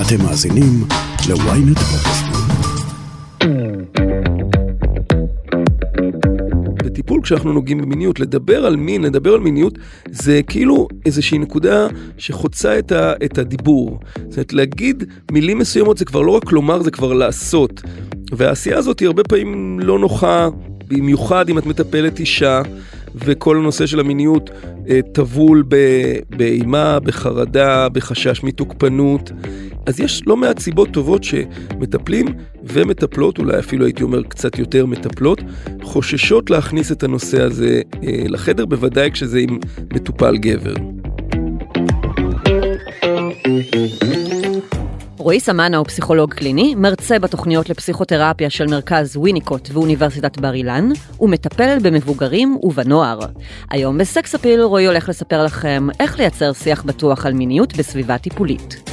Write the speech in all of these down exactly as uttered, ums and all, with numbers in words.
אתם מאזינים ל-ynet פודקאסט. בטיפול כשאנחנו נוגעים במיניות, לדבר על מין, לדבר על מיניות, זה כאילו איזושהי נקודה שחוצה את, ה, את הדיבור. זאת אומרת, להגיד מילים מסוימות זה כבר לא רק לומר, זה כבר לעשות. והעשייה הזאת היא הרבה פעמים לא נוחה, במיוחד אם את מטפלת אישה, וכל הנושא של המיניות טבול באימה, בחרדה, בחשש מתוקפנות. אז יש לא מעט סיבות טובות שמטפלים ומטפלות, אולי אפילו הייתי אומר קצת יותר מטפלות, חוששות להכניס את הנושא הזה לחדר, בוודאי כשזה עם מטופל גבר. רועי סמנה הוא פסיכולוג קליני, מרצה בתוכניות לפסיכותרפיה של מרכז וויניקוט ואוניברסיטת בר אילן, ומטפל במבוגרים ובנוער. היום בסקס אפיל רועי הולך לספר לכם איך לייצר שיח בטוח על מיניות בסביבה טיפולית.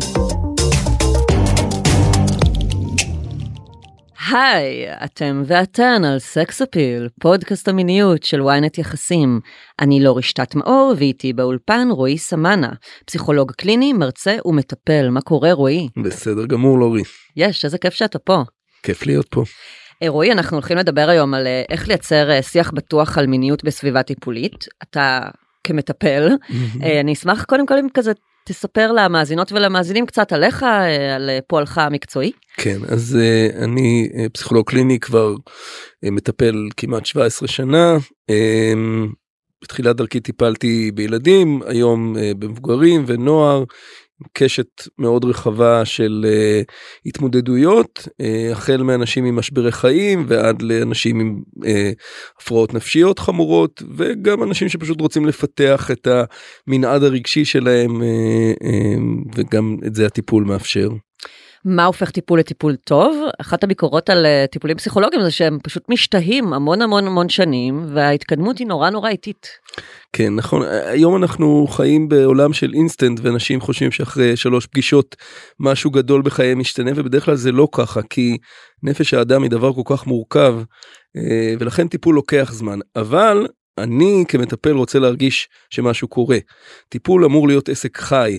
היי, אתם ואתן על סקס אפיל, פודקאסט המיניות של ynet יחסים. אני לא רשתת מאור, ואיתי באולפן רועי סמנה, פסיכולוג קליני, מרצה ומטפל. מה קורה, רועי? בסדר גמור, לורי. יש, איזה כיף שאתה פה. כיף להיות פה. רועי, אנחנו הולכים לדבר היום על איך לייצר שיח בטוח על מיניות בסביבה טיפולית. אתה כמטפל, אני אשמח קודם כל אם כזה תספר למאזינות ולמאזינים קצת עליך, על פועלך המקצועי. כן, אז uh, אני uh, פסיכולוג קליני כבר uh, מטפל כמעט שבע עשרה שנה, uh, בתחילת דרכי טיפלתי בילדים, היום uh, במבוגרים ונוער, קשת מאוד רחבה של uh, התמודדויות, uh, החל מאנשים עם משברי חיים ועד לאנשים עם uh, הפרעות נפשיות חמורות, וגם אנשים שפשוט רוצים לפתח את המנעד הרגשי שלהם, uh, uh, וגם את זה הטיפול מאפשר. מה הופך טיפול לטיפול טוב? אחת הביקורות על טיפולים פסיכולוגיים זה שהם פשוט משתהים המון המון המון שנים, וההתקדמות היא נורא נורא איטית. כן, נכון. היום אנחנו חיים בעולם של אינסטנט, ואנשים חושבים שאחרי שלוש פגישות משהו גדול בחיים משתנה, ובדרך כלל זה לא ככה, כי נפש האדם היא דבר כל כך מורכב, ולכן טיפול לוקח זמן. אבל אני כמטפל רוצה להרגיש שמשהו קורה. טיפול אמור להיות עסק חי,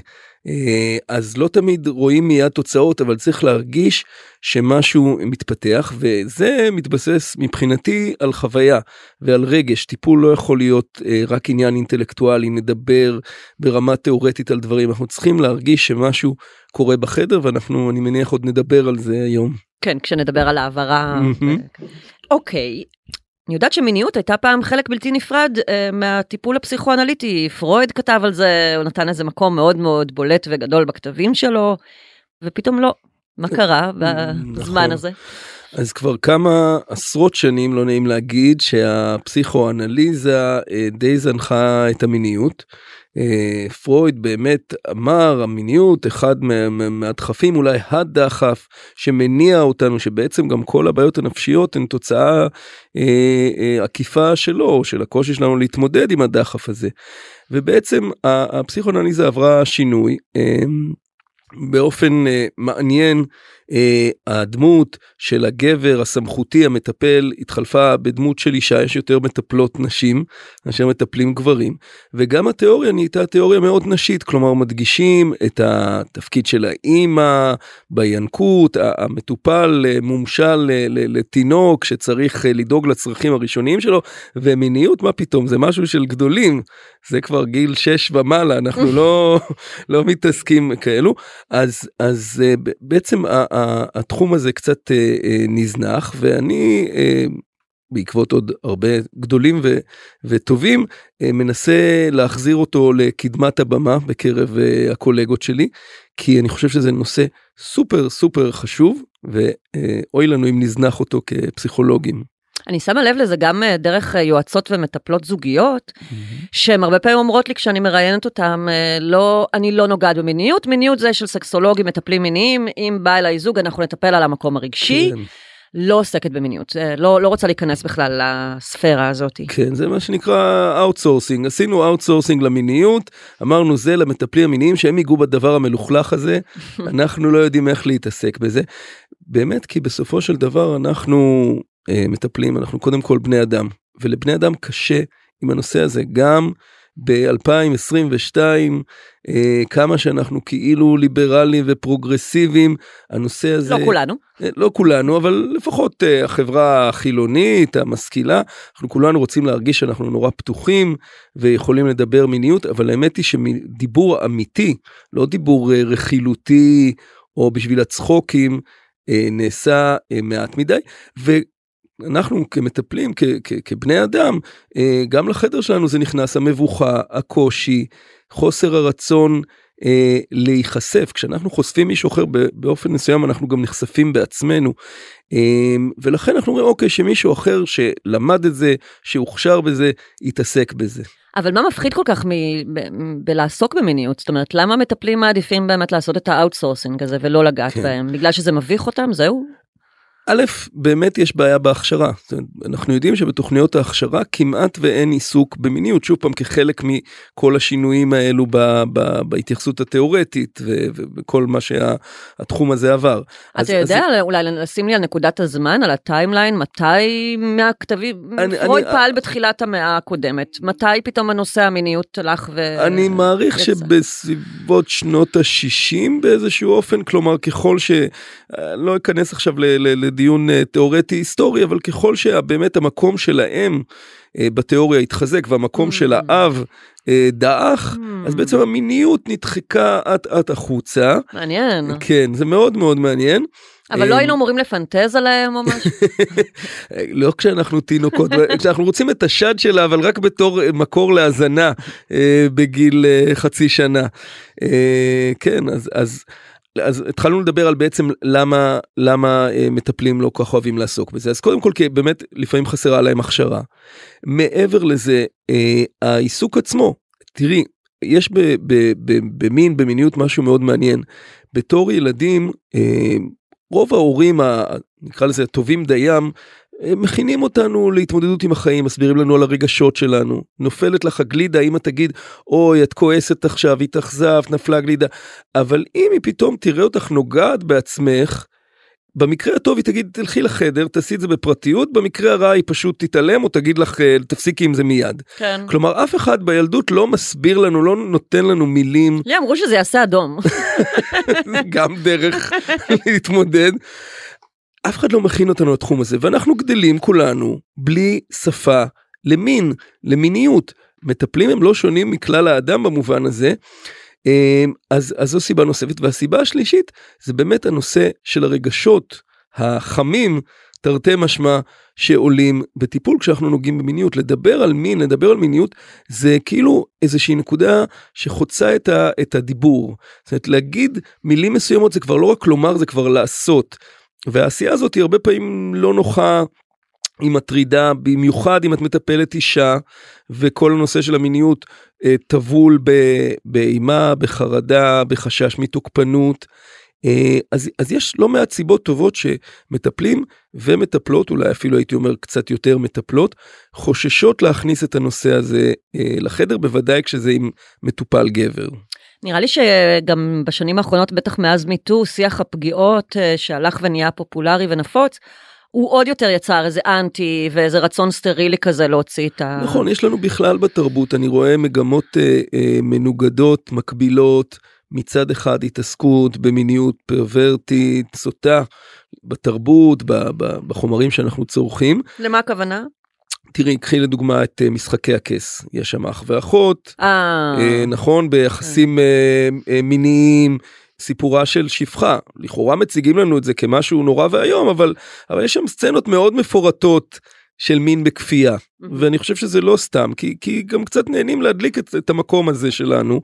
אז לא תמיד רואים מיד תוצאות, אבל צריך להרגיש שמשהו מתפתח, וזה מתבסס מבחינתי על חוויה ועל רגש. טיפול לא יכול להיות רק עניין אינטלקטואלי, נדבר ברמה תיאורטית על דברים, אנחנו צריכים להרגיש שמשהו קורה בחדר, ואנחנו, אני מניח, עוד נדבר על זה היום. כן, כשנדבר על העברה. אוקיי. אני יודעת שמיניות הייתה פעם חלק בלתי נפרד אה, מהטיפול הפסיכואנליטי. פרויד כתב על זה, הוא נתן איזה מקום מאוד מאוד בולט וגדול בכתבים שלו, ופתאום לא. מה קרה בזמן נכון. הזה? אז כבר כמה עשרות שנים, לא נעים להגיד, שהפסיכואנליזה אה, די זנחה את המיניות. אה, פרויד באמת אמר, המיניות, אחד מה, מה, מהדחפים, אולי הדחף שמניע אותנו, שבעצם גם כל הבעיות הנפשיות הן תוצאה אה, אה, עקיפה שלו, של הקושי שלנו להתמודד עם הדחף הזה. ובעצם הפסיכואנליזה עברה שינוי, אה, באופן uh, מעניין, uh, הדמות של הגבר הסמכותי המטפל התחלפה בדמות של אישה, יש יותר מטפלות נשים, אשר מטפלים גברים, וגם התיאוריה נהייתה תיאוריה מאוד נשית, כלומר מדגישים את התפקיד של האימא בינקות, המטופל מומשל לתינוק שצריך לדאוג לצרכים הראשוניים שלו, ומיניות מה פתאום, זה משהו של גדולים, זה כבר גיל שש ומעלה, אנחנו לא, לא מתעסקים כאלו, אז, אז בעצם התחום הזה קצת נזנח, ואני בעקבות עוד הרבה גדולים ו, וטובים, מנסה להחזיר אותו לקדמת הבמה בקרב הקולגות שלי, כי אני חושב שזה נושא סופר סופר חשוב, ואוי לנו אם נזנח אותו כפסיכולוגים. אני שמה לב לזה גם דרך יועצות ומטפלות זוגיות, שהן הרבה פעמים אומרות לי כשאני מראיינת אותם, לא, אני לא נוגעת במיניות, מיניות זה של סקסולוגים, מטפלים מיניים, אם בא אליי זוג אנחנו נטפל על המקום הרגשי, כן. לא עוסקת במיניות, לא, לא רוצה להיכנס בכלל לספירה הזאת. כן, זה מה שנקרא אאוטסורסינג, עשינו אאוטסורסינג למיניות, אמרנו זה למטפלים המיניים שהם ייגעו בדבר המלוכלך הזה, אנחנו לא יודעים איך להתעסק בזה, באמת כי בסופו של דבר אנחנו מטפלים, אנחנו קודם כל בני אדם, ולבני אדם קשה עם הנושא הזה, גם ב-אלפיים עשרים ושתיים, כמה שאנחנו כאילו ליברליים ופרוגרסיביים, הנושא הזה... לא כולנו. לא כולנו, אבל לפחות החברה החילונית, המשכילה, אנחנו כולנו רוצים להרגיש שאנחנו נורא פתוחים, ויכולים לדבר מיניות, אבל האמת היא שדיבור אמיתי, לא דיבור רכילותי, או בשביל הצחוקים, נעשה מעט מדי, ואנחנו כמטפלים, כ- כ- כבני אדם, גם לחדר שלנו זה נכנס המבוכה, הקושי, חוסר הרצון להיחשף. כשאנחנו חושפים מישהו אחר באופן מסוים, אנחנו גם נחשפים בעצמנו, ולכן אנחנו אומרים, אוקיי, שמישהו אחר שלמד את זה, שהוכשר בזה, יתעסק בזה. אבל מה מפחיד כל כך בלעסוק במיניות? זאת אומרת, למה מטפלים מעדיפים באמת לעשות את האוטסורסינג הזה ולא לגעת בהם? בגלל שזה מביך אותם, זהו? א', באמת יש בעיה בהכשרה. אנחנו יודעים שבתוכניות ההכשרה כמעט ואין עיסוק במיניות, שוב פעם כחלק מכל השינויים האלו ב, ב, בהתייחסות התיאורטית וכל מה שהתחום הזה עבר. אתה אז, יודע, אז... אולי לשים לי על נקודת הזמן, על הטיימליין, מתי מהכתבים, פרויד פעל אני... בתחילת המאה הקודמת, מתי פתאום הנושא המיניות הלך ו... אני מעריך יצא. שבסביבות שנות ה-שישים באיזשהו אופן, כלומר ככל ש... לא אכנס עכשיו ל... ל... דיון תיאורטי היסטורי, אבל ככל שבאמת המקום שלהם בתיאוריה התחזק, והמקום של האב דאח, אז בעצם המיניות נדחקה עד עד החוצה. מעניין. כן, זה מאוד מאוד מעניין. אבל לא היינו אמורים לפנטז עליהם או משהו? לא כשאנחנו תינוקות, כשאנחנו רוצים את השד שלה, אבל רק בתור מקור להזנה בגיל חצי שנה. כן, אז... אז אז התחלנו לדבר על בעצם למה, למה אה, מטפלים לא כל כך אוהבים לעסוק בזה. אז קודם כל, כי באמת לפעמים חסרה להם הכשרה. מעבר לזה, אה, העיסוק עצמו, תראי, יש ב, ב, ב, במין, במיניות משהו מאוד מעניין. בתור ילדים, אה, רוב ההורים, ה, נקרא לזה, הטובים דיים, מכינים אותנו להתמודדות עם החיים, מסבירים לנו על הרגשות שלנו, נופלת לך גלידה, אמא תגיד, אוי, את כועסת עכשיו, התאכזבת, נפלה גלידה, אבל אם היא פתאום תראה אותך נוגעת בעצמך, במקרה הטוב היא תגיד, תלכי לחדר, תעשי את זה בפרטיות, במקרה הרע היא פשוט תתעלם, או תגיד לך, תפסיקי עם זה מיד. כן. כלומר, אף אחד בילדות לא מסביר לנו, לא נותן לנו מילים. לי אמרו שזה יעשה אדום. גם דרך להתמודד. אף אחד לא מכין אותנו לתחום הזה, ואנחנו גדלים כולנו בלי שפה למין, למיניות. מטפלים הם לא שונים מכלל האדם במובן הזה, אז, אז זו סיבה נוספת. והסיבה השלישית זה באמת הנושא של הרגשות החמים, תרתי משמע, שעולים בטיפול כשאנחנו נוגעים במיניות. לדבר על מין, לדבר על מיניות, זה כאילו איזושהי נקודה שחוצה את, ה, את הדיבור. זאת אומרת, להגיד מילים מסוימות זה כבר לא רק לומר, זה כבר לעשות. והעשייה הזאת היא הרבה פעמים לא נוחה, היא מטרידה, במיוחד אם את מטפלת אישה, וכל הנושא של המיניות אה, טבול באימה, בחרדה, בחשש מתוקפנות. אה, אז, אז יש לא מעט סיבות טובות שמטפלים ומטפלות, אולי אפילו הייתי אומר קצת יותר מטפלות, חוששות להכניס את הנושא הזה אה, לחדר, בוודאי כשזה עם מטופל גבר. נראה לי שגם בשנים האחרונות, בטח מאז מיטו, שיח הפגיעות שהלך ונהיה פופולרי ונפוץ, הוא עוד יותר יצר איזה אנטי ואיזה רצון סטרילי כזה להוציא את ה... נכון, יש לנו בכלל בתרבות, אני רואה מגמות אה, אה, מנוגדות, מקבילות, מצד אחד התעסקות במיניות פרוורטית, סוטה, בתרבות, ב, ב, בחומרים שאנחנו צורכים. למה הכוונה? תראי, קחי לדוגמה את uh, משחקי הכס, יש שם אח ואחות, uh, uh, נכון, ביחסים uh, uh, מיניים, סיפורה של שפחה, לכאורה מציגים לנו את זה כמשהו נורא והיום, אבל, אבל יש שם סצנות מאוד מפורטות של מין בכפייה, mm-hmm. ואני חושב שזה לא סתם, כי, כי גם קצת נהנים להדליק את, את המקום הזה שלנו,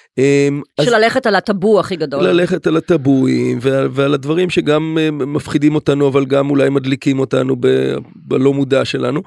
של ללכת על הטבו הכי גדול. ללכת על הטבואים ועל, ועל הדברים שגם מפחידים אותנו, אבל גם אולי מדליקים אותנו ב, בלא מודע שלנו.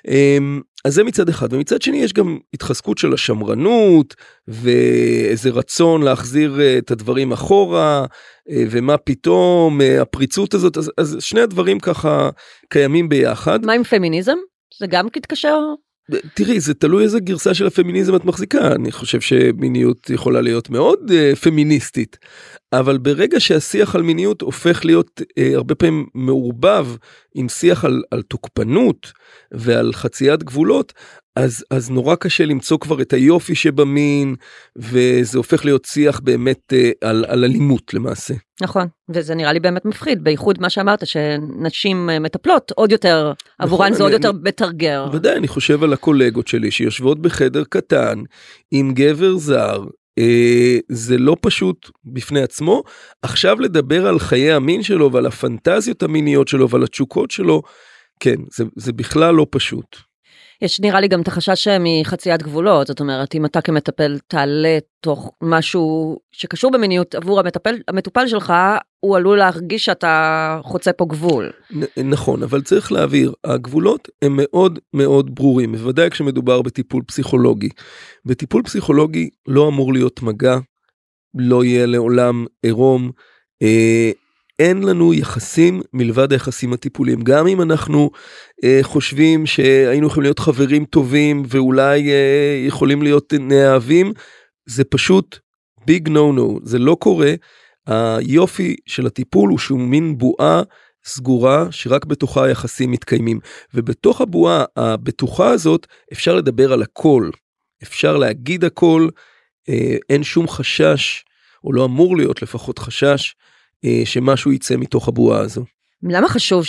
אז זה מצד אחד. ומצד שני יש גם התחזקות של השמרנות, ואיזה רצון להחזיר את הדברים אחורה, ומה פתאום, הפריצות הזאת. אז, אז שני הדברים ככה קיימים ביחד. מה עם פמיניזם? זה גם מתקשר? תראי, זה תלוי איזה גרסה של הפמיניזם את מחזיקה, אני חושב שמיניות יכולה להיות מאוד uh, פמיניסטית, אבל ברגע שהשיח על מיניות הופך להיות uh, הרבה פעמים מעורבב עם שיח על, על תוקפנות ועל חציית גבולות, אז, אז נורא קשה למצוא כבר את היופי שבמין, וזה הופך להיות שיח באמת על, על אלימות למעשה. נכון, וזה נראה לי באמת מפחיד, בייחוד מה שאמרת, שנשים מטפלות עוד יותר, עבורן נכון, זה אני, עוד יותר בתרגר. ודאי, אני חושב על הקולגות שלי, שיושבות בחדר קטן, עם גבר זר, אה, זה לא פשוט בפני עצמו, עכשיו לדבר על חיי המין שלו, ועל הפנטזיות המיניות שלו, ועל התשוקות שלו, כן, זה, זה בכלל לא פשוט. יש נראה לי גם את החשש מחציית גבולות, זאת אומרת, אם אתה כמטפל תעלה תוך משהו שקשור במיניות עבור המטפל, המטופל שלך, הוא עלול להרגיש שאתה חוצה פה גבול. נכון, אבל צריך להעביר, הגבולות הם מאוד מאוד ברורים, בוודאי כשמדובר בטיפול פסיכולוגי. בטיפול פסיכולוגי לא אמור להיות מגע, לא יהיה לעולם עירום, אה, אין לנו יחסים מלבד היחסים הטיפוליים, גם אם אנחנו אה, חושבים שהיינו יכולים להיות חברים טובים, ואולי אה, יכולים להיות נאהבים, זה פשוט ביג נו נו, זה לא קורה, היופי של הטיפול הוא שהוא מין בועה סגורה, שרק בתוכה היחסים מתקיימים, ובתוך הבועה הבטוחה הזאת, אפשר לדבר על הכל, אפשר להגיד הכל, אה, אין שום חשש, או לא אמור להיות לפחות חשש, שמשהו יצא מתוך הבועה הזו. למה חשוב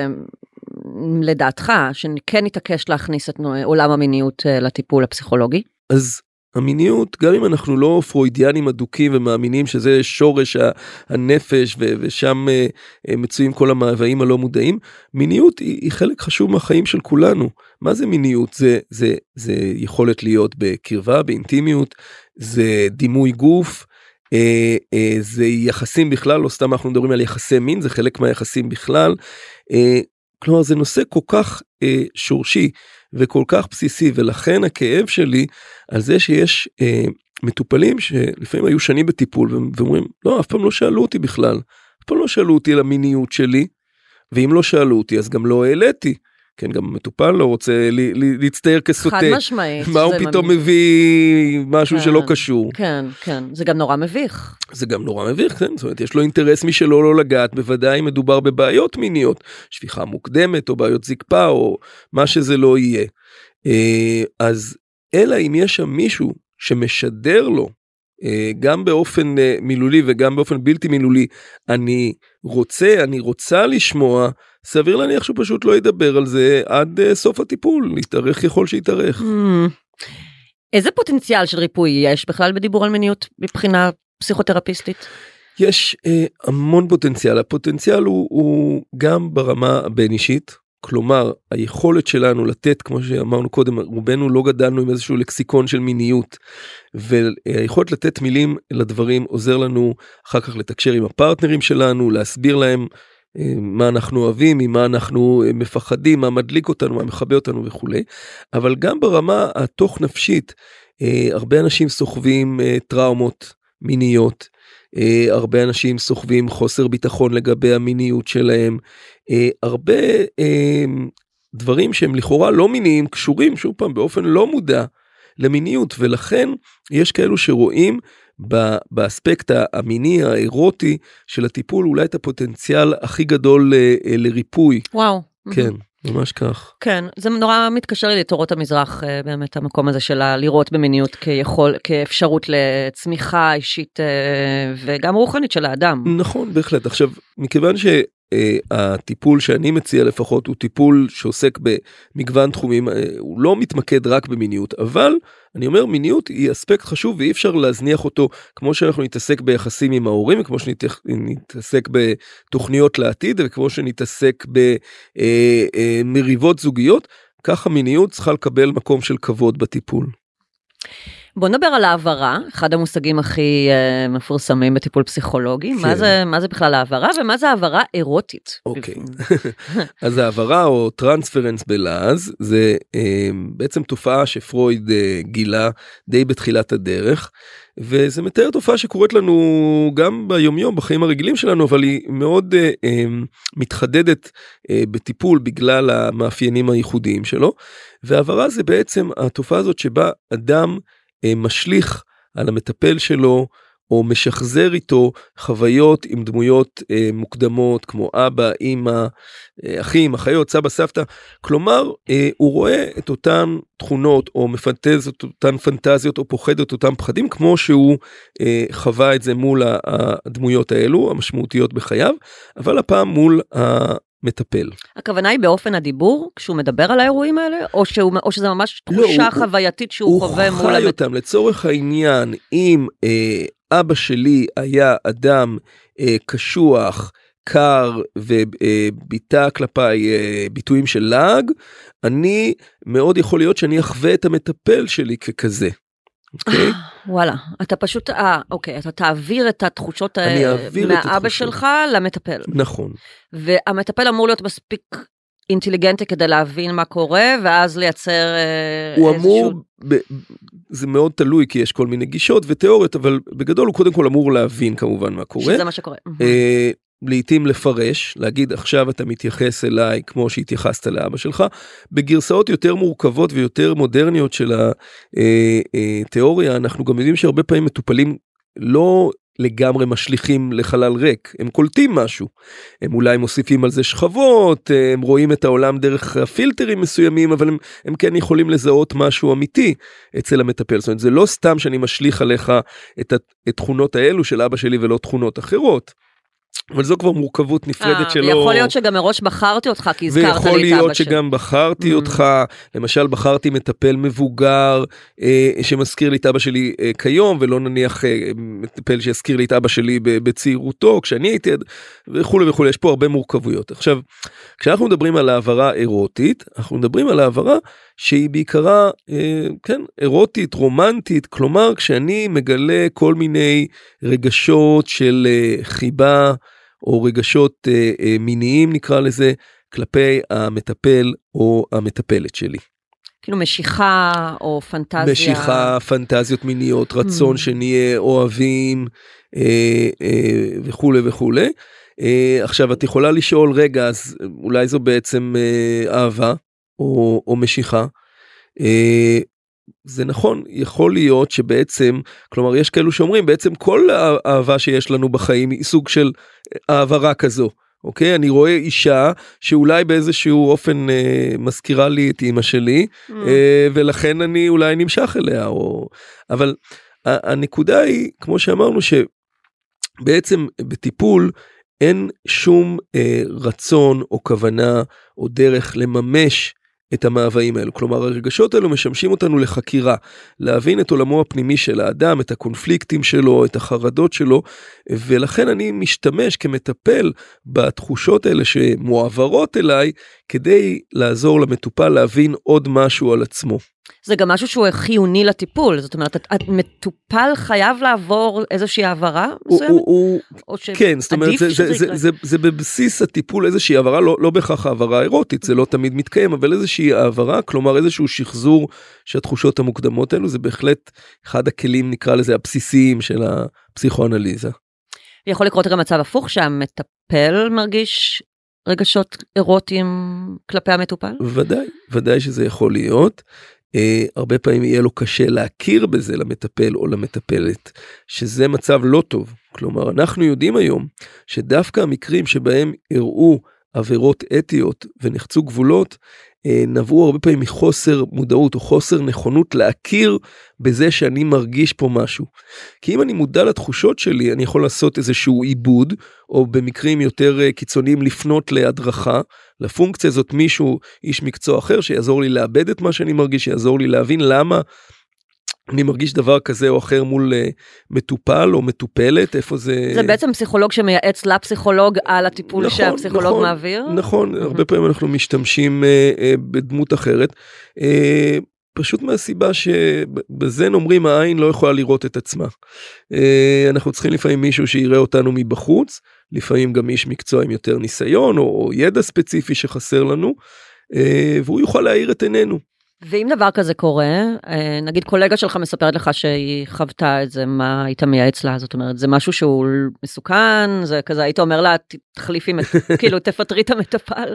שלדעתך, שכן נתעקש להכניס את עולם המיניות לטיפול הפסיכולוגי? אז המיניות, גם אם אנחנו לא פרוידיאנים אדוקים ומאמינים שזה שורש הנפש ושם מצויים כל המאוויים הלא מודעים, מיניות היא, היא חלק חשוב מהחיים של כולנו. מה זה מיניות? זה, זה, זה יכולת להיות בקרבה, באינטימיות, זה דימוי גוף, אה, אה, זה יחסים בכלל, לא סתם אנחנו מדברים על יחסי מין, זה חלק מהיחסים בכלל, אה, כלומר זה נושא כל כך אה, שורשי וכל כך בסיסי, ולכן הכאב שלי על זה שיש אה, מטופלים שלפעמים היו שנים בטיפול, ואומרים, לא, אף פעם לא שאלו אותי בכלל, אף פעם לא שאלו אותי על המיניות שלי, ואם לא שאלו אותי אז גם לא העליתי, כן, גם מטופל לא רוצה להצטייר כסוטה. חד משמעית. מה הוא פתאום מביא משהו שלא קשור. כן, כן, זה גם נורא מביך. זה גם נורא מביך, כן, זאת אומרת, יש לו אינטרס משלו לא לגעת, בוודאי מדובר בבעיות מיניות, שפיכה מוקדמת, או בעיות זקפה, או מה שזה לא יהיה. אז אלא אם יש שם מישהו שמשדר לו, גם באופן מילולי וגם באופן בלתי מילולי, אני רוצה, אני רוצה לשמוע, סביר להניח שהוא פשוט לא ידבר על זה עד סוף הטיפול, להתארך ככל שיתארך. איזה פוטנציאל של ריפוי יש בכלל בדיבור על מיניות מבחינה פסיכותרפיסטית? יש אה, המון פוטנציאל, הפוטנציאל הוא, הוא גם ברמה הבין אישית, כלומר היכולת שלנו לתת, כמו שאמרנו קודם, רובנו לא גדלנו עם איזשהו לקסיקון של מיניות, והיכולת לתת מילים לדברים עוזר לנו אחר כך לתקשר עם הפרטנרים שלנו, להסביר להם מה אנחנו אוהבים, ממה אנחנו מפחדים, מה מדליק אותנו, מה מחבא אותנו וכו'. אבל גם ברמה התוך נפשית, הרבה אנשים סוחבים טראומות מיניות, הרבה אנשים סוחבים חוסר ביטחון לגבי המיניות שלהם, הרבה דברים שהם לכאורה לא מיניים, קשורים שוב פעם באופן לא מודע למיניות, ולכן יש כאלו שרואים באספקט המיני, האירוטי של הטיפול, אולי את הפוטנציאל הכי גדול ל- לריפוי. וואו. כן, ממש כך. כן, זה נורא מתקשר לי לתורות המזרח, באמת המקום הזה של לראות במיניות כיכול, כאפשרות לצמיחה אישית וגם רוחנית של האדם. נכון, בהחלט. עכשיו, מכיוון ש... הטיפול שאני מציע לפחות הוא טיפול שעוסק במגוון תחומים, הוא לא מתמקד רק במיניות, אבל אני אומר מיניות היא אספקט חשוב ואי אפשר להזניח אותו, כמו שאנחנו נתעסק ביחסים עם ההורים, וכמו שנתעסק בתוכניות לעתיד, וכמו שנתעסק במריבות זוגיות, ככה מיניות צריכה לקבל מקום של כבוד בטיפול. בוא נדבר על העברה, אחד המושגים הכי uh, מפורסמים בטיפול פסיכולוגי, כן. מה זה, מה זה בכלל העברה, ומה זה העברה אירוטית? אוקיי, אז העברה או טרנספרנס בלעז, זה uh, בעצם תופעה שפרויד uh, גילה די בתחילת הדרך, וזה מתאר תופעה שקורית לנו גם ביומיום, בחיים הרגילים שלנו, אבל היא מאוד uh, uh, מתחדדת uh, בטיפול בגלל המאפיינים הייחודיים שלו, והעברה זה בעצם התופעה הזאת שבה אדם, משליך על המטפל שלו, או משחזר איתו חוויות עם דמויות אה, מוקדמות, כמו אבא, אמא, אה, אחים, אחיות, סבא, סבתא. כלומר, אה, הוא רואה את אותן תכונות, או מפנטז את אותן פנטזיות, או פוחד את אותם פחדים, כמו שהוא אה, חווה את זה מול הדמויות האלו, המשמעותיות בחייו, אבל הפעם מול המטפל. הכוונה היא באופן הדיבור, כשהוא מדבר על האירועים האלה, או, שהוא, או שזה ממש תחושה לא, חווייתית שהוא הוא חווה מול... הוא חי המת... אותם, לצורך העניין, אם אה, אבא שלי היה אדם אה, קשוח, קר וביטה כלפיי אה, ביטויים של לעג, אני מאוד יכול להיות שאני אחווה את המטפל שלי ככזה. אוקיי? וואלה, אתה פשוט, אה, אוקיי, אתה תעביר את התחושות מהאבא שלך למטפל. נכון. והמטפל אמור להיות מספיק אינטליגנטי כדי להבין מה קורה, ואז לייצר הוא אמור, זה מאוד תלוי, כי יש כל מיני גישות ותיאוריות, אבל בגדול הוא קודם כל אמור להבין כמובן מה קורה. שזה מה שקורה. לעתים לפרש, להגיד עכשיו אתה מתייחס אליי כמו שהתייחסת לאבא שלך, בגרסאות יותר מורכבות ויותר מודרניות של התיאוריה, אנחנו גם יודעים שהרבה פעמים מטופלים לא לגמרי משליכים לחלל ריק, הם קולטים משהו, הם אולי מוסיפים על זה שכבות, הם רואים את העולם דרך פילטרים מסוימים, אבל הם, הם כן יכולים לזהות משהו אמיתי אצל המטפל, זאת אומרת, זה לא סתם שאני משליך עליך את התכונות האלו של אבא שלי ולא תכונות אחרות, אבל זו כבר מורכבות נפרדת שלו. יכול להיות שגם מראש בחרתי אותך, כי הזכרת לי את אבא שלי. ויכול להיות שגם בחרתי אותך, למשל בחרתי מטפל מבוגר, שמזכיר לי את אבא שלי כיום, ולא נניח מטפל שיזכיר לי את אבא שלי בצעירותו, כשאני הייתי, וכו' וכו', יש פה הרבה מורכבויות. עכשיו, כשאנחנו מדברים על העברה אירוטית, אנחנו מדברים על העברה שהיא בעיקרה, כן, אירוטית, רומנטית, כלומר, כשאני מגלה כל מיני רגשות של חיבה, או רגשות אה, אה, מיניים נקרא לזה, כלפי המטפל או המטפלת שלי. כאילו משיכה או פנטזיה. משיכה, פנטזיות מיניות, רצון mm. שנהיה אוהבים אה, אה, וכו' וכו'. אה, עכשיו את יכולה לשאול, רגע, אז אולי זו בעצם אה, אהבה או, או משיכה. אה, זה נכון, יכול להיות שבעצם, כלומר יש כאלו שאומרים, בעצם כל האהבה שיש לנו בחיים היא סוג של העברה כזו, אוקיי? אני רואה אישה שאולי באיזשהו אופן אה, מזכירה לי את אמא שלי, mm. אה, ולכן אני אולי נמשך אליה, או... אבל הנקודה היא, כמו שאמרנו, שבעצם בטיפול אין שום אה, רצון או כוונה או דרך לממש את המאוויים האלו, כלומר הרגשות האלו משמשים אותנו לחקירה, להבין את עולמו הפנימי של האדם, את הקונפליקטים שלו, את החרדות שלו, ולכן אני משתמש כמטפל בתחושות האלה שמועברות אליי, כדי לעזור למטופל להבין עוד משהו על עצמו. זה גם משהו שהוא חיוני לטיפול, זאת אומרת, המטופל חייב לעבור איזושהי העברה מסוימת? כן, זאת אומרת, זה בבסיס הטיפול איזושהי העברה, לא בהכרח העברה אירוטית, זה לא תמיד מתקיים, אבל איזושהי העברה, כלומר איזשהו שחזור שהתחושות המוקדמות האלו, זה בהחלט אחד הכלים, נקרא לזה, הבסיסיים של הפסיכואנליזה. יכול לקרות גם מצב הפוך, שהמטפל מרגיש רגשות אירוטיים כלפי המטופל? ודאי, ודאי שזה יכול להיות. Uh, הרבה פעמים יהיה לו קשה להכיר בזה למטפל או למטפלת, שזה מצב לא טוב. כלומר, אנחנו יודעים היום שדווקא המקרים שבהם הראו עבירות אתיות ונחצו גבולות, uh, נבעו הרבה פעמים מחוסר מודעות או חוסר נכונות להכיר בזה שאני מרגיש פה משהו. כי אם אני מודע לתחושות שלי, אני יכול לעשות איזשהו עיבוד, או במקרים יותר uh, קיצוניים לפנות להדרכה, לפונקציה הזאת מישהו, איש מקצוע אחר, שיעזור לי לאבד את מה שאני מרגיש, שיעזור לי להבין למה אני מרגיש דבר כזה או אחר מול uh, מטופל או מטופלת, איפה זה... זה בעצם פסיכולוג שמייעץ לפסיכולוג על הטיפול נכון, שהפסיכולוג נכון, מעביר? נכון, mm-hmm. הרבה פעמים אנחנו משתמשים uh, uh, בדמות אחרת, uh, פשוט מהסיבה שבזה אומרים העין לא יכולה לראות את עצמה. Uh, אנחנו צריכים לפעמים מישהו שיראה אותנו מבחוץ, לפעמים גם איש מקצוע עם יותר ניסיון, או, או ידע ספציפי שחסר לנו, והוא יוכל להאיר את עינינו. ואם דבר כזה קורה, נגיד קולגה שלך מספרת לך שהיא חוותה את זה, מה היית מייעץ לה? זאת אומרת, זה משהו שהוא מסוכן, זה כזה, היית אומר לה, תחליפי, כאילו, תפטרי את המטפל.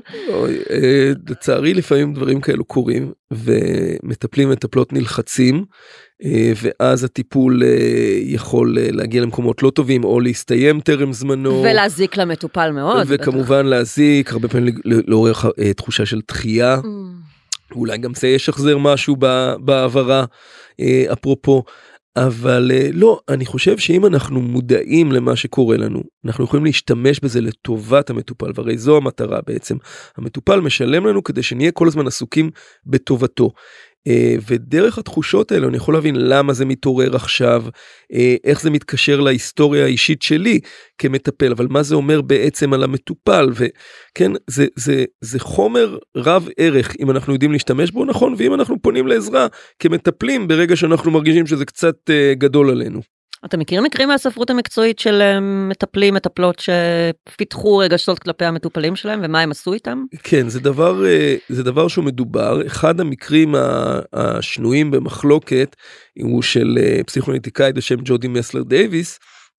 לצערי, לפעמים דברים כאלו קורים, ומטפלים מטפלות נלחצים, ואז הטיפול יכול להגיע למקומות לא טובים, או להסתיים טרם זמנו. ולהזיק למטופל מאוד. וכמובן להזיק, הרבה פעמים לעורר תחושה של דחייה. אולי גם זה ישחזר משהו בעברה, אפרופו, אבל לא, אני חושב שאם אנחנו מודעים למה שקורה לנו, אנחנו יכולים להשתמש בזה לטובת המטופל, והרי זו המטרה בעצם. המטופל משלם לנו כדי שנהיה כל הזמן עסוקים בטובתו. ודרך התחושות האלה אני יכול להבין למה זה מתעורר עכשיו, איך זה מתקשר להיסטוריה האישית שלי כמטפל, אבל מה זה אומר בעצם על המטופל, וכן, זה, זה, זה חומר רב ערך אם אנחנו יודעים להשתמש בו נכון, ואם אנחנו פונים לעזרה כמטפלים ברגע שאנחנו מרגישים שזה קצת גדול עלינו. אתה מכיר מקרים מהספרות המקצועית של מטפלים, מטפלות שפיתחו רגשות כלפי המטופלים שלהם, ומה הם עשו איתם? כן, זה דבר, זה דבר שהוא מדובר. אחד המקרים השנויים במחלוקת, הוא של פסיכואנליטיקאית בשם ג'ודי מסלר דייביס,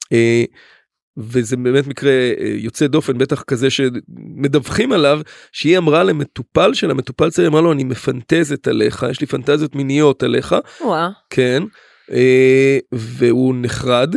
וזה באמת מקרה יוצא דופן, בטח כזה שמדווחים עליו, שהיא אמרה למטופל של המטופל צעיר, אמרה לו, אני מפנטזת עליך, יש לי פנטזיות מיניות עליך. וואה. כן. והוא נחרד,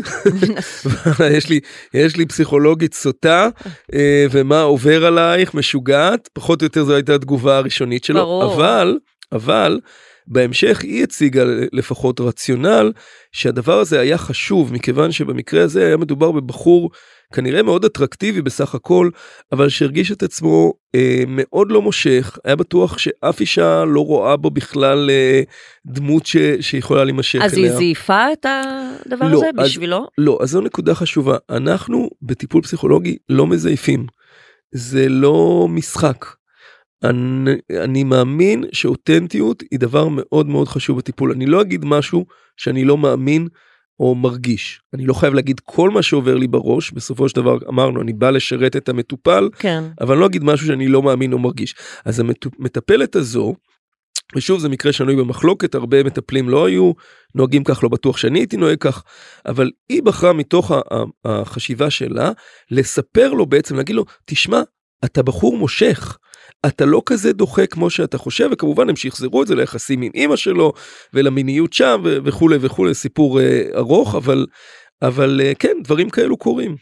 יש לי, יש לי פסיכולוגית סוטה, ומה עובר עלייך, משוגעת, פחות או יותר זו הייתה התגובה הראשונית שלו, ברור. אבל, אבל, בהמשך היא הציגה לפחות רציונל, שהדבר הזה היה חשוב, מכיוון שבמקרה הזה היה מדובר בבחור, כנראה מאוד אטרקטיבי בסך הכל, אבל שהרגיש את עצמו אה, מאוד לא מושך, היה בטוח שאף אישה לא רואה בו בכלל אה, דמות ש, שיכולה להימשך אז אליה. אז היא זייפה את הדבר לא, הזה אז, בשבילו? לא, אז זו נקודה חשובה. אנחנו בטיפול פסיכולוגי לא מזייפים. זה לא משחק. אני, אני מאמין שאותנטיות היא דבר מאוד מאוד חשוב בטיפול. אני לא אגיד משהו שאני לא מאמין או מרגיש. אני לא חייב להגיד כל מה שעובר לי בראש, בסופו של דבר אמרנו, אני בא לשרת את המטופל, כן. אבל אני לא אגיד משהו שאני לא מאמין או מרגיש. אז המטפלת הזו, ושוב זה מקרה שנוי במחלוקת, הרבה מטפלים לא היו נוהגים כך, לא בטוח שאני הייתי נוהג כך, אבל היא בחרה מתוך החשיבה שלה, לספר לו בעצם, להגיד לו, תשמע, אתה בחור מושך, אתה לא כזה דוחה כמו שאתה חושב, וכמובן הם שיחזרו את זה ליחסים עם אמא שלו, ולמיניות שם, וכו' וכו', סיפור ארוך, אבל, אבל כן, דברים כאלו קורים.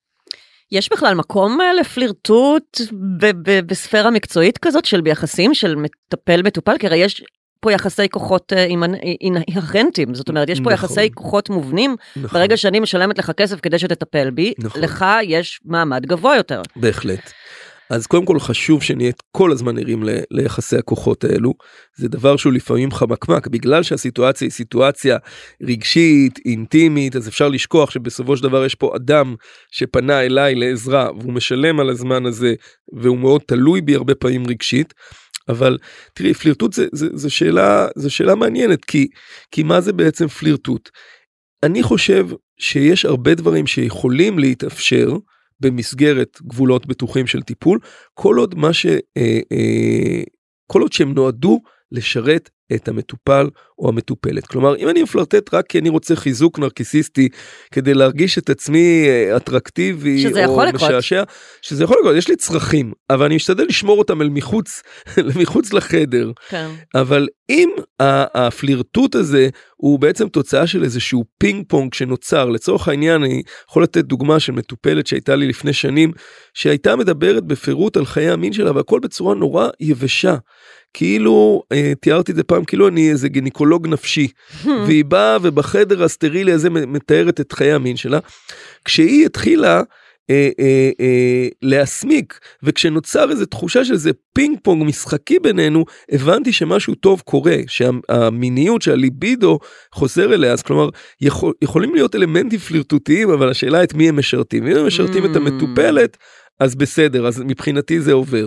יש בכלל מקום לפלירטוט בספירה מקצועית כזאת, של ביחסים, של מטפל מטופל, כי הרי יש פה יחסי כוחות אינהרנטיים, זאת אומרת, יש פה יחסי כוחות מובנים, ברגע שאני משלמת לך כסף כדי שתטפל בי, לך יש מעמד גבוה יותר. בהחלט. אז קודם כל חשוב שנהיה כל הזמן ערים ל- ליחסי הכוחות האלו, זה דבר שהוא לפעמים חמקמק, בגלל שהסיטואציה היא סיטואציה רגשית, אינטימית, אז אפשר לשכוח שבסופו של דבר יש פה אדם שפנה אליי לעזרה, והוא משלם על הזמן הזה, והוא מאוד תלוי בי הרבה פעמים רגשית, אבל תראי, פלירטוט זה, זה, זה שאלה, זה שאלה מעניינת, כי, כי מה זה בעצם פלירטוט? אני חושב שיש הרבה דברים שיכולים להתאפשר, במסגרת גבולות בטוחים של טיפול, כל עוד מה ש... אה, אה, כל עוד שהם נועדו לשרת את המטופל או המטופלת. כלומר, אם אני מפלרטט רק כי אני רוצה חיזוק נרקיסיסטי, כדי להרגיש את עצמי אטרקטיבי או משעשע, שזה יכול לקרות, יש לי צרכים, אבל אני משתדל לשמור אותם אל מחוץ, מחוץ לחדר. כן. אבל אם הפלירטוט הזה הוא בעצם תוצאה של איזשהו פינג פונג שנוצר, לצורך העניין אני יכול לתת דוגמה של מטופלת שהייתה לי לפני שנים, שהייתה מדברת בפירוט על חיי המין שלה, והכל בצורה נורא יבשה. כאילו, תיארתי את זה פעם, כאילו אני איזה גינקולוג נפשי, והיא באה ובחדר הסטרילי הזה מתארת את חיי המין שלה, כשהיא התחילה אה, אה, אה, להסמיק, וכשנוצר איזו תחושה של זה פינג פונג משחקי בינינו, הבנתי שמשהו טוב קורה, שהמיניות, שהליבידו חוזר אליה, אז כלומר, יכול, יכולים להיות אלמנטים פלירטוטיים, אבל השאלה את מי הם משרתים, אם הם משרתים את המטופלת, אז בסדר, אז מבחינתי זה עובר.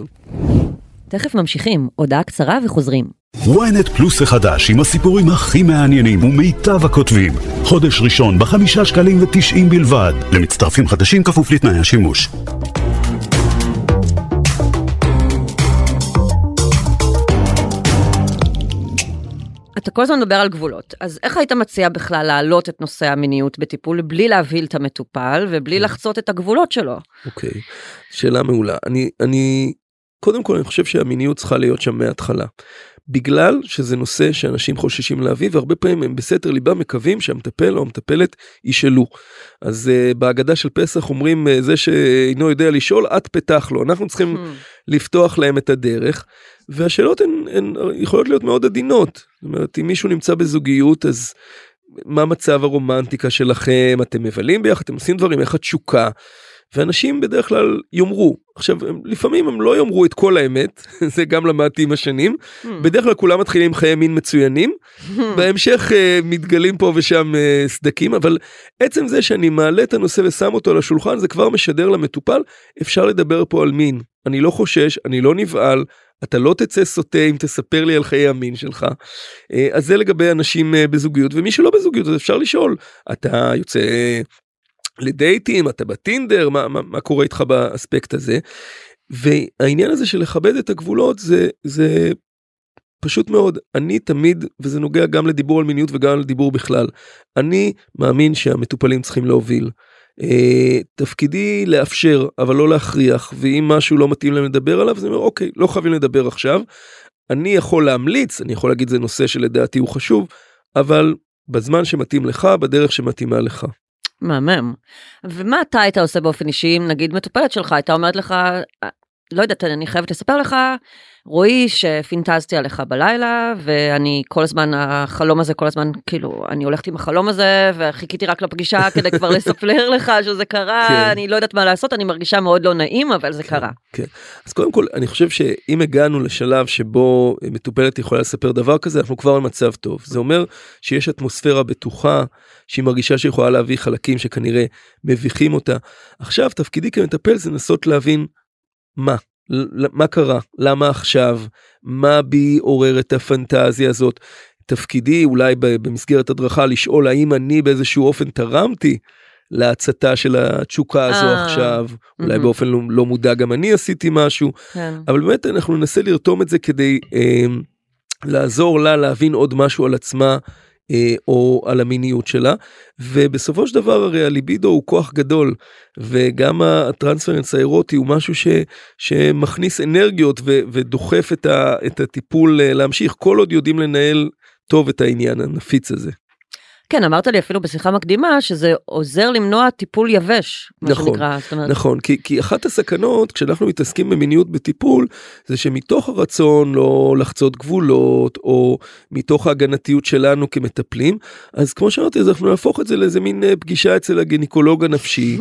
תכף ממשיכים, הודעה קצרה וחוזרים. וויינט פלוס החדש עם הסיפורים הכי מעניינים ומיטב הכותבים. חודש ראשון בחמישה שקלים ותשעים בלבד. למצטרפים חדשים כפוף לתנאי השימוש. אתה כל הזמן מדבר על גבולות, אז איך היית מציע בכלל להעלות את נושא המיניות בטיפול, בלי להבהיל את המטופל, ובלי לחצות את הגבולות שלו? אוקיי, שאלה מעולה. אני, אני, קודם כל אני חושב שהמיניות צריכה להיות שם מההתחלה. בגלל שזה נושא שאנשים חוששים להביא, והרבה פעמים הם בסתר ליבם מקווים שהמטפל או המטפלת ישאלו. אז uh, בהגדה של פסח אומרים, uh, זה שאינו יודע לשאול, את פתח לו. אנחנו צריכים לפתוח להם את הדרך, והשאלות הן, הן יכולות להיות מאוד עדינות. זאת אומרת, אם מישהו נמצא בזוגיות, אז מה מצב הרומנטיקה שלכם? אתם מבלים ביחד, אתם עושים דברים, איך התשוקה? ואנשים בדרך כלל יאמרו, עכשיו לפעמים הם לא יאמרו את כל האמת, זה גם למדתי עם השנים, בדרך כלל כולם מתחילים חיי מין מצוינים, בהמשך uh, מתגלים פה ושם uh, סדקים, אבל עצם זה שאני מעלה את הנושא ושם אותו על השולחן, זה כבר משדר למטופל, אפשר לדבר פה על מין, אני לא חושש, אני לא נבעל, אתה לא תצא סוטה אם תספר לי על חיי המין שלך, uh, אז זה לגבי אנשים uh, בזוגיות, ומי שלא בזוגיות, אז אפשר לשאול, אתה יוצא לדייטים, אתה בטינדר, מה, מה, מה קורה איתך באספקט הזה, והעניין הזה של לכבד את הגבולות, זה, זה פשוט מאוד, אני תמיד, וזה נוגע גם לדיבור על מיניות וגם לדיבור בכלל, אני מאמין שהמטופלים צריכים להוביל, אה, תפקידי לאפשר, אבל לא להכריח, ואם משהו לא מתאים להם לדבר עליו, זה אומר, אוקיי, לא חייבים לדבר עכשיו, אני יכול להמליץ, אני יכול להגיד זה נושא שלדעתי הוא חשוב, אבל בזמן שמתאים לך, בדרך שמתאימה לך. מהמם. ומה אתה היית עושה באופן אישי, אם נגיד מטופלת שלך, הייתה אומרת לך, לא יודעת, אני חייבת לספר לך, רואי שפינטזתי עליך בלילה, ואני כל הזמן, החלום הזה כל הזמן, כאילו, אני הולכת עם החלום הזה, וחיכיתי רק לפגישה כדי כבר לספר לך שזה קרה, אני לא יודעת מה לעשות, אני מרגישה מאוד לא נעים, אבל זה קרה. כן, אז קודם כל, אני חושב שאם הגענו לשלב שבו מטופלת יכולה לספר דבר כזה, אנחנו כבר במצב טוב. זה אומר שיש אטמוספירה בטוחה, שהיא מרגישה שיכולה להביא חלקים שכנראה מביכים אותה. עכשיו, תפקידי כמטפל זה לנסות להבין מה. מה קרה? למה עכשיו? מה בי עורר את הפנטזיה הזאת? תפקידי אולי במסגרת הדרכה לשאול האם אני באיזשהו אופן תרמתי להצתה של התשוקה הזו עכשיו, אולי באופן לא מודע גם אני עשיתי משהו, אבל באמת אנחנו ננסה לרתום את זה כדי לעזור לה להבין עוד משהו על עצמה, או על המיניות שלה, ובסופו של דבר הרי הליבידו הוא כוח גדול, וגם הטרנספרנס האירוטי הוא משהו ש, שמכניס אנרגיות ו, ודוחף את, ה, את הטיפול להמשיך, כל עוד יודעים לנהל טוב את העניין הנפיץ הזה. כן, אמרת לי אפילו בשיחה מקדימה, שזה עוזר למנוע טיפול יבש, מה נכון, שנקרא. נכון, כי, כי אחת הסכנות, כשאנחנו מתעסקים במיניות בטיפול, זה שמתוך הרצון לא לחצות גבולות, או מתוך ההגנתיות שלנו כמטפלים, אז כמו שאמרתי, אז אנחנו נהפוך את זה לאיזה מין פגישה אצל הגינקולוג הנפשי,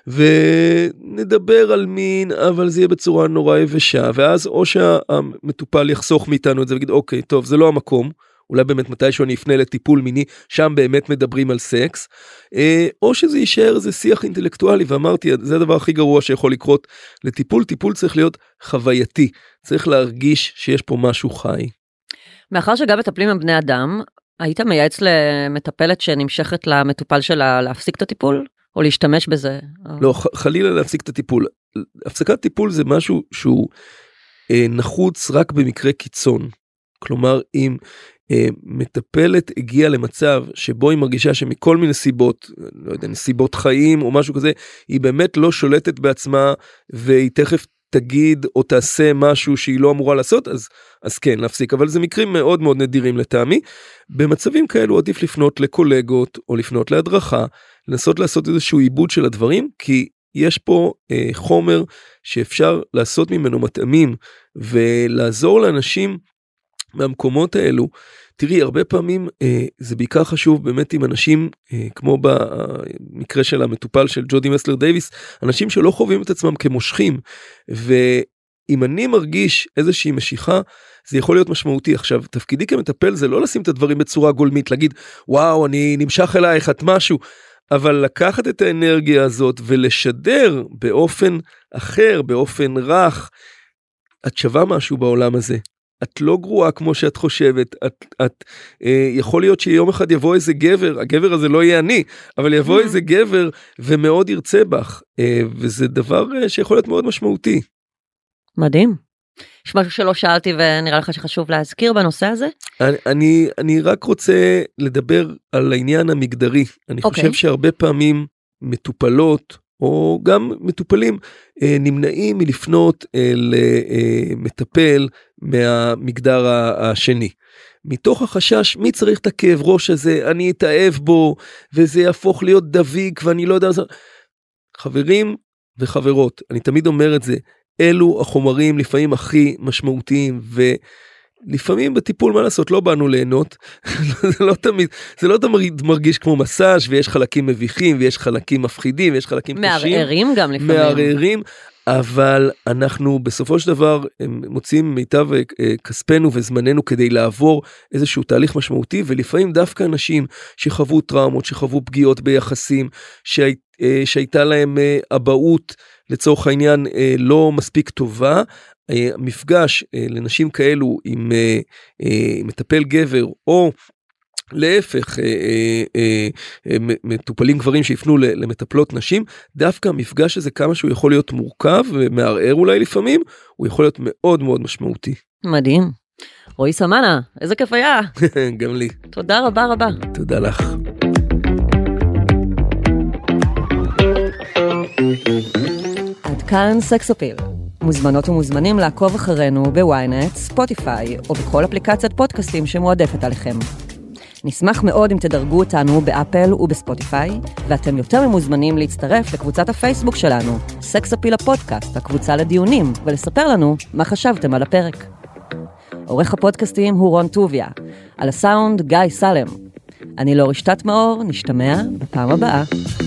ונדבר על מין, אבל זה יהיה בצורה נורא יבשה, ואז או שהמטופל יחסוך מאיתנו את זה, ויגיד, אוקיי, טוב, זה לא המקום, אולי באמת מתישהו אני אפנה לטיפול מיני, שם באמת מדברים על סקס, או שזה יישאר איזה שיח אינטלקטואלי, ואמרתי, זה הדבר הכי גרוע שיכול לקרות לטיפול, טיפול צריך להיות חווייתי, צריך להרגיש שיש פה משהו חי. מאחר שגם מטפלים עם בני אדם, היית מייעץ למטפלת שנמשכת למטופל שלה להפסיק את הטיפול, או להשתמש בזה? לא, חלילה להפסיק את הטיפול. הפסקת טיפול זה משהו שהוא נחוץ רק במקרה קיצון. כלומר, אם מטפלת הגיעה למצב שבו היא מרגישה שמכל מיני סיבות, לא יודע, נסיבות חיים או משהו כזה, היא באמת לא שולטת בעצמה, והיא תכף תגיד או תעשה משהו שהיא לא אמורה לעשות, אז, אז כן, להפסיק. אבל זה מקרים מאוד מאוד נדירים לטעמי. במצבים כאלו עדיף לפנות לקולגות או לפנות להדרכה, לנסות לעשות איזשהו עיבוד של הדברים, כי יש פה אה, חומר שאפשר לעשות ממנו מתאמים, ולעזור לאנשים מהמקומות האלו. תראי, הרבה פעמים אה, זה בעיקר חשוב באמת עם אנשים, אה, כמו במקרה של המטופל של ג'ודי מסלר דייביס, אנשים שלא חווים את עצמם כמושכים, ואם אני מרגיש איזושהי משיכה, זה יכול להיות משמעותי. עכשיו, תפקידי כמטפל זה לא לשים את הדברים בצורה גולמית, להגיד, וואו, אני נמשך אלייך את משהו, אבל לקחת את האנרגיה הזאת ולשדר באופן אחר, באופן רך, את שווה משהו בעולם הזה. את לא גרועה כמו שאת חושבת, את, את, אה, יכול להיות שיום אחד יבוא איזה גבר, הגבר הזה לא יהיה אני, אבל יבוא איזה גבר ומאוד ירצה בך, אה, וזה דבר אה, שיכול להיות מאוד משמעותי. מדהים. יש משהו שלא שאלתי ונראה לך שחשוב להזכיר בנושא הזה? אני, אני, אני רק רוצה לדבר על העניין המגדרי. אני okay. חושב שהרבה פעמים מטופלות, או גם מטופלים, נמנעים מלפנות למטפל מהמגדר השני. מתוך החשש, מי צריך את הכאב ראש הזה, אני אתאהב בו, וזה יהפוך להיות דביק, ואני לא יודע... חברים וחברות, אני תמיד אומר את זה, אלו החומרים לפעמים הכי משמעותיים, ולפעמים בטיפול מה לעשות, לא באנו ליהנות, זה לא תמיד, זה לא תמיד מרגיש כמו מסאז' ויש חלקים מביכים, ויש חלקים מפחידים, ויש חלקים קשים. מערערים גם לפעמים. מערערים, אבל אנחנו בסופו של דבר מוצאים מיטב כספנו וזמננו כדי לעבור איזשהו תהליך משמעותי, ולפעמים דווקא אנשים שחוו טראומות, שחוו פגיעות ביחסים, שהי, שהייתה להם אבהות, לצורך העניין לא מספיק טובה, מפגש לנשים כאלו עם מטפל גבר, או להפך, מטופלים גברים שיפנו למטפלות נשים, דווקא המפגש הזה כמה שהוא יכול להיות מורכב ומערער אולי לפעמים, הוא יכול להיות מאוד מאוד משמעותי. מדהים. רועי סמנה, איזה כיף היה. גם לי. תודה רבה רבה. תודה לך. עד כאן סקסופיל. מוזמנות ומוזמנים לעקוב אחרינו בוויינט, ספוטיפיי או בכל אפליקציית פודקאסטים שמועדפת עליכם. נשמח מאוד אם תדרגו אותנו באפל ובספוטיפיי, ואתם יותר ממוזמנים להצטרף לקבוצת הפייסבוק שלנו, סקסופיל הפודקאסט, הקבוצה לדיונים, ולספר לנו מה חשבתם על הפרק. עורך הפודקאסטים הוא רון טוביה, על הסאונד גיא סלם. אני לא רשתת מאור, נשתמע בפעם הבאה.